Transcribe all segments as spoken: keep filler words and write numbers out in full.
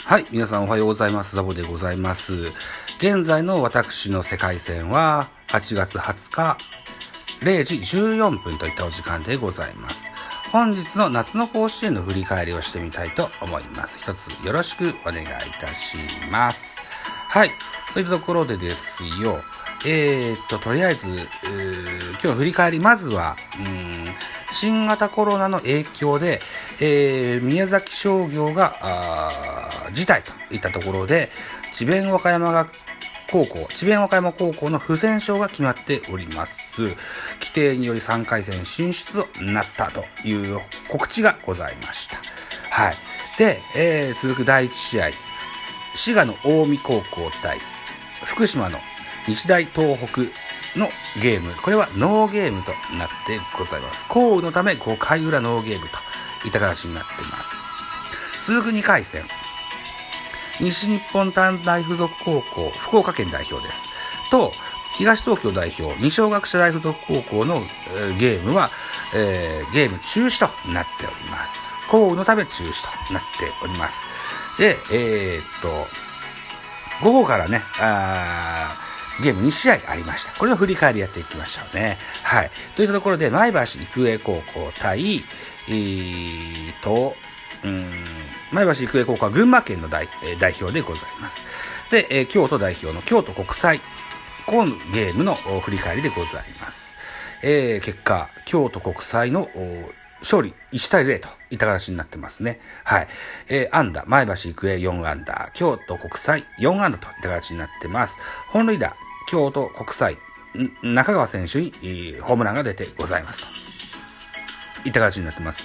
はい、皆さんおはようございます。ザボでございます。現在の私の世界線ははちがつはつかれいじじゅうよんぷんといったお時間でございます。本日の夏の甲子園の振り返りをしてみたいと思います。一つよろしくお願いいたします。はい、そういったところでですよ。えーっと、とりあえず、えー、今日の振り返り、まずは、うーん新型コロナの影響で、えー、宮崎商業が、辞退といったところで、智弁和歌山が高校、智弁和歌山高校の不戦勝が決まっております。規定によりさんかい戦進出となったという告知がございました。はい。で、えー、続くだいいち試合、滋賀の近江高校対福島の日大東北のゲーム、これはノーゲームとなってございます。降雨のためごかい裏ノーゲームといった形になっています。続くにかい戦、西日本短大附属高校福岡県代表ですと東東京代表二松学舎大附属高校の、えー、ゲームは、えー、ゲーム中止となっております。降雨のため中止となっております。で、えー、っと午後からね、あゲームに試合ありました。これを振り返りやっていきましょうね。はい。といったところで、前橋育英高校対、えーと、うーん、前橋育英高校は群馬県の 代,、えー、代表でございます。で、えー、京都代表の京都国際、このゲームの振り返りでございます。えー、結果、京都国際の勝利いちたいゼロといった形になってますね。はい。えー、安打、前橋育英よんアンダー、京都国際よんアンダーといった形になってます。本塁打、京都国際、中川選手にホームランが出てございますといった形になってます。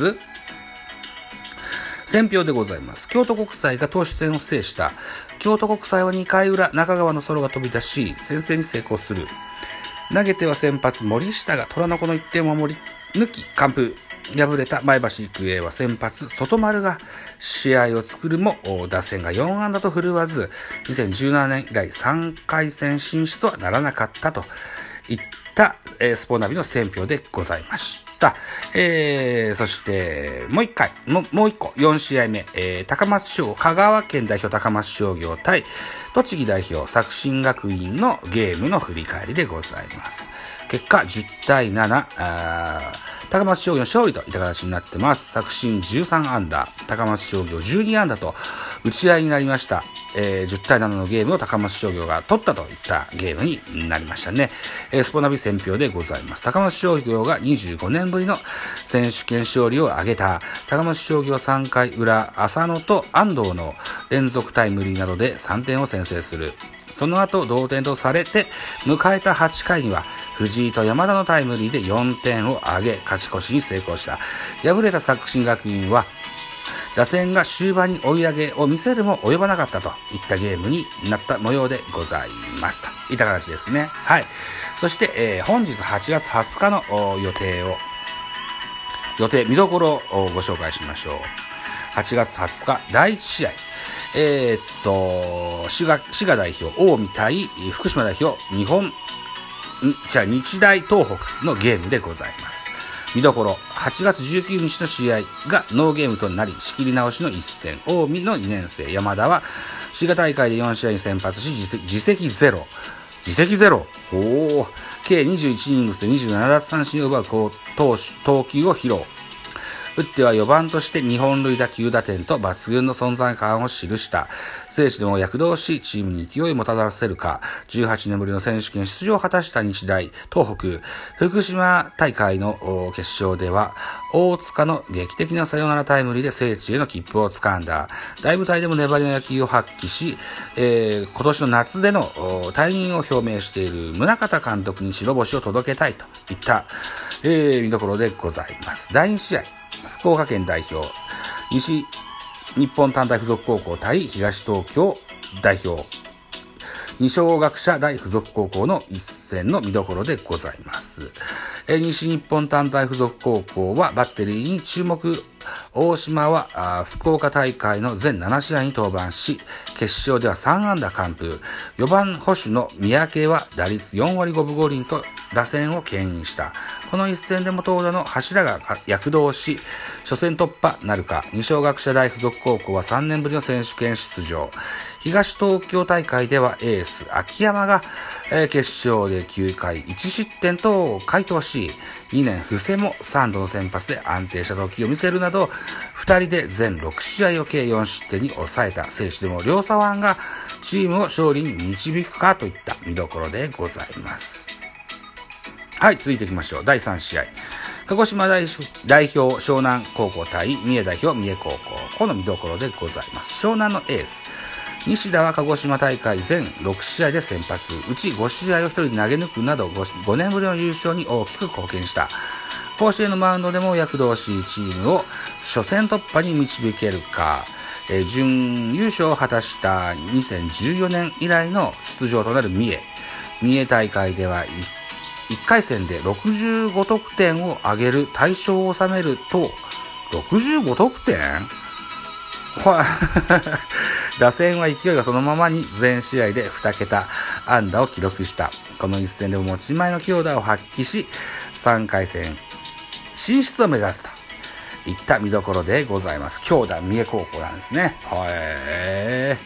選評でございます。京都国際が投手戦を制した。京都国際はにかい裏、中川のソロが飛び出し、先制に成功する。投げては先発、森下が虎の子のいってんを守り抜き、完封。敗れた前橋育英は先発、外丸が試合を作るも、打線がよんアンダーと振るわず、にせんじゅうななねん以来さんかい戦進出とはならなかったといった、えー、スポナビの選評でございました。えー、そして、もう一回、もう、もう一個、よん試合目、えー、高松商、香川県代表高松商業対、栃木代表作新学院のゲームの振り返りでございます。結果、じゅうたいなな、あ高松商業の勝利といった形になってます。作新じゅうさんアンダー、高松商業じゅうにアンダーと打ち合いになりました。えー、じゅうたいななのゲームを高松商業が取ったといったゲームになりましたね。えー、スポナビ選評でございます。高松商業がにじゅうごねんぶりの選手権勝利を挙げた。高松商業さんかい裏、浅野と安藤の連続タイムリーなどでさんてんを先制する。その後同点とされて迎えたはちかいには藤井と山田のタイムリーでよんてんを挙げ勝ち越しに成功した。敗れた作新学院は打線が終盤に追い上げを見せるも及ばなかったといったゲームになった模様でございますといった形ですね。はい。そして、えー、本日はちがつはつかの予定を予定見どころをご紹介しましょう。はちがつはつかだいいち試合、えー、っと滋賀滋賀代表近江対福島代表日本じゃあ日大東北のゲームでございます。見どころ、はちがつじゅうくにちの試合がノーゲームとなり、仕切り直しの一戦。近江のにねん生、山田は、滋賀大会でよん試合に先発し、自責ゼロ。自責ゼロ。おー。計にじゅういちイニングスでにじゅうなな奪三振を奪う投手、投球を披露。打ってはよばんとしてにほん塁打きゅう打点と抜群の存在感を記した。聖地でも躍動し、チームに勢いをもたらせるか、じゅうはちねんぶりの選手権出場を果たした日大、東北、福島大会の決勝では、大塚の劇的なサヨナラタイムリーで聖地への切符を掴んだ。大舞台でも粘りの野球を発揮し、えー、今年の夏での退任を表明している宗像監督に白星を届けたいといった、えー、見どころでございます。だいに試合。福岡県代表、西日本短大附属高校対東東京代表。 二松学舎大附属高校の一戦の見どころでございます。えー、西日本短大附属高校はバッテリーに注目。大島は福岡大会の全なな試合に登板し、決勝ではさん安打完封。よんばん捕手の三宅は打率よん割ごぶご厘と打線を牽引した。この一戦でも投打の柱が躍動し、初戦突破なるか。二松学舎大附属高校はさんねんぶりの選手権出場。東東京大会ではエース秋山が、えー、決勝できゅうかいいち失点と快投し、にねん布施もさんどの先発で安定した投球を見せるなど、ふたりで全ろく試合を計よん失点に抑えた。選手でも両左腕がチームを勝利に導くかといった見どころでございます。はい、続いていきましょう。だいさん試合。鹿児島代表湘南高校対三重代表三重高校。この見どころでございます。湘南のエース。西田は鹿児島大会全ろく試合で先発、うちご試合をひとり投げ抜くなど 5, ごねんぶりの優勝に大きく貢献した。甲子園のマウンドでも躍動し、チームを初戦突破に導けるか、えー、準優勝を果たしたにせんじゅうよねん以来の出場となる三重。三重大会ではいっかい戦でろくじゅうご得点を挙げる大勝を収めると、ろくじゅうご得点打線は勢いがそのままに全試合でに桁安打を記録した。この一戦でも持ち前の強打を発揮し、さんかい戦進出を目指すといった見どころでございます。強打三重高校なんですね。はい。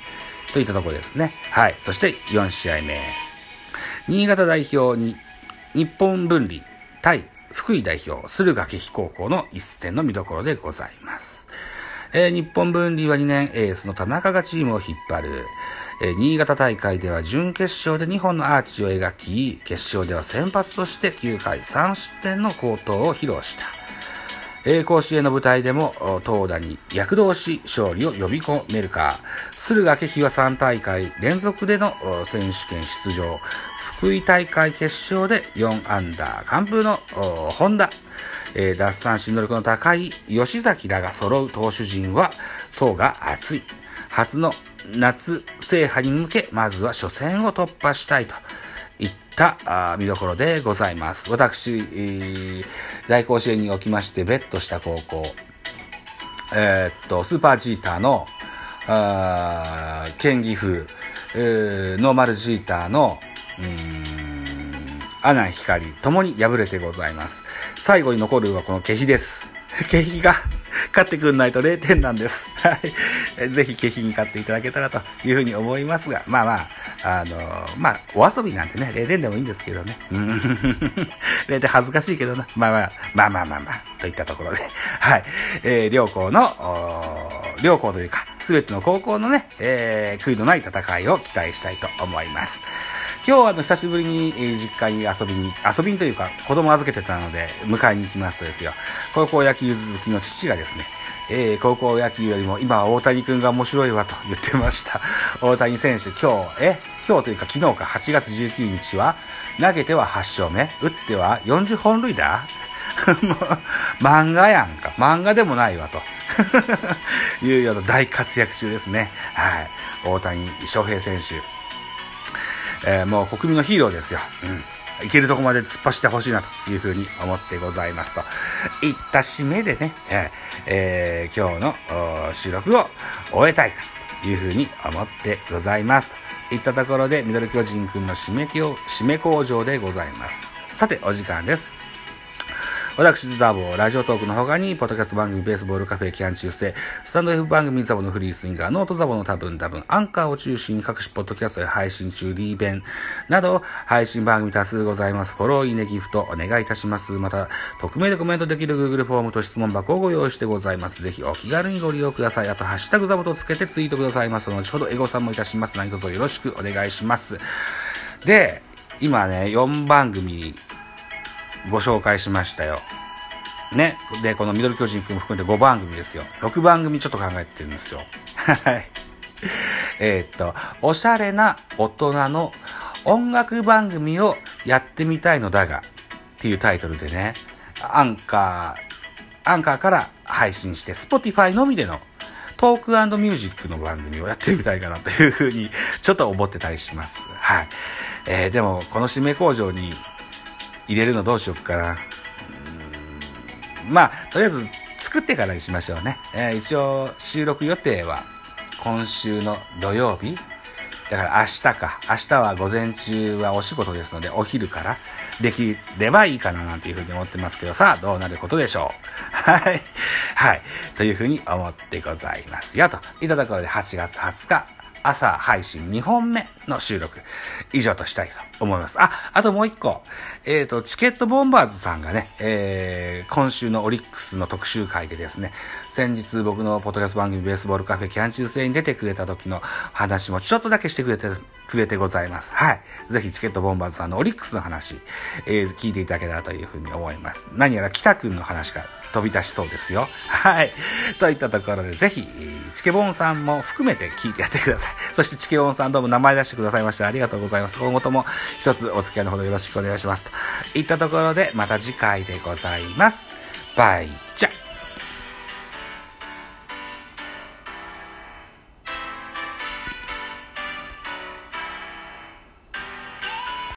といったところですね。はい。そしてよん試合目。新潟代表に日本文理対福井代表敦賀気比高校の一戦の見どころでございます。えー、日本文理はにねんエースの田中がチームを引っ張る。えー、新潟大会では準決勝でにほんのアーチを描き、決勝では先発としてきゅうかいさん失点の好投を披露した。えー、甲子園の舞台でも投打に躍動し、勝利を呼び込めるか。敦賀気比はさん大会連続での選手権出場。福井大会決勝でよんアンダー完封の本田。えー、奪三振能力の高い吉崎らが揃う投手陣は層が厚い。初の夏制覇に向け、まずは初戦を突破したいといった見どころでございます。私、えー、大甲子園におきましてベットした高校、えー、っとスーパージーターのあー県岐阜、えー、ノーマルジーターのうーん阿南光ともに敗れてございます。最後に残るはこの気比です。気比が勝ってくんないとれいてんなんです。はい。ぜひ気比に勝っていただけたらというふうに思いますが、まあまあ、あのー、まあ、お遊びなんてね、れいてんでもいいんですけどね。うん。れいてん恥ずかしいけどな。まあまあ、まあまあまあまあ、といったところで。はい。えー、両校の、両校というか、すべての高校のね、えー、悔いのない戦いを期待したいと思います。今日はあの久しぶりに、えー、実家に遊びに、遊びにというか子供預けてたので迎えに行きますとですよ。高校野球好きの父がですね、えー、高校野球よりも今は大谷くんが面白いわと言ってました。大谷選手今日、え、今日というか昨日かはちがつじゅうくにちは投げてははち勝目、打ってはよんじゅっぽん塁打もう漫画やんか。漫画でもないわというような大活躍中ですね。はい。大谷翔平選手。えー、もう国民のヒーローですよ。うん。いけるとこまで突っ走ってほしいなというふうに思ってございますといった締めでね、えーえー、今日の収録を終えたいというふうに思ってございますといったところで、ミドル巨人くんの締めきを締め工場でございます。さてお時間です。私、ザボー、ラジオトークの他に、ポッドキャスト番組、ベースボールカフェ、キャン中世、スタンド F 番組、ザボのフリースインガー、ノートザボの多分多分、アンカーを中心に各種ポッドキャストで配信中、リーベンなど、配信番組多数ございます。フォロー、いいね、ギフト、お願いいたします。また、匿名でコメントできる Google フォームと質問箱をご用意してございます。ぜひお気軽にご利用ください。あと、ハッシュタグザボとつけてツイートくださいます。後ほどエゴさんもいたします。何卒よろしくお願いします。で、今ね、よんばんぐみご紹介しましたよ。ね。で、このミドル巨人くんも含めてごばんぐみですよ。ろくばんぐみちょっと考えてるんですよ。はい。えー、っと、おしゃれな大人の音楽番組をやってみたいのだが、っていうタイトルでね、アンカー、アンカーから配信して、Spotify のみでのトーク&ミュージックの番組をやってみたいかなというふうにちょっと思ってたりします。はい。えー、でもこの締め工場に入れるのどうしよっかな。うーんまあとりあえず作ってからにしましょうね。えー、一応収録予定は今週の土曜日だから明日か。明日は午前中はお仕事ですので、お昼からできればいいかななんていうふうに思ってますけど、さあ、どうなることでしょう。はい。はい。というふうに思ってございますよ。といったところではちがつはつか、朝配信にほんめの収録、以上としたいと思います。あ、あともう一個。えっと、チケットボンバーズさんがね、えー、今週のオリックスの特集会でですね、先日僕のポッドキャスト番組ベースボールカフェキャン中制に出てくれた時の話もちょっとだけしてくれて、くれてございます。はい。ぜひチケットボンバーズさんのオリックスの話、えー、聞いていただけたらというふうに思います。何やら北くんの話が飛び出しそうですよ。はい。といったところで、ぜひ、チケボンさんも含めて聞いてやってください。そしてチケボンさんどうも名前出してくださいましてありがとうございます。今後とも一つお付き合いのほどよろしくお願いします。といったところで、また次回でございます。バイチャ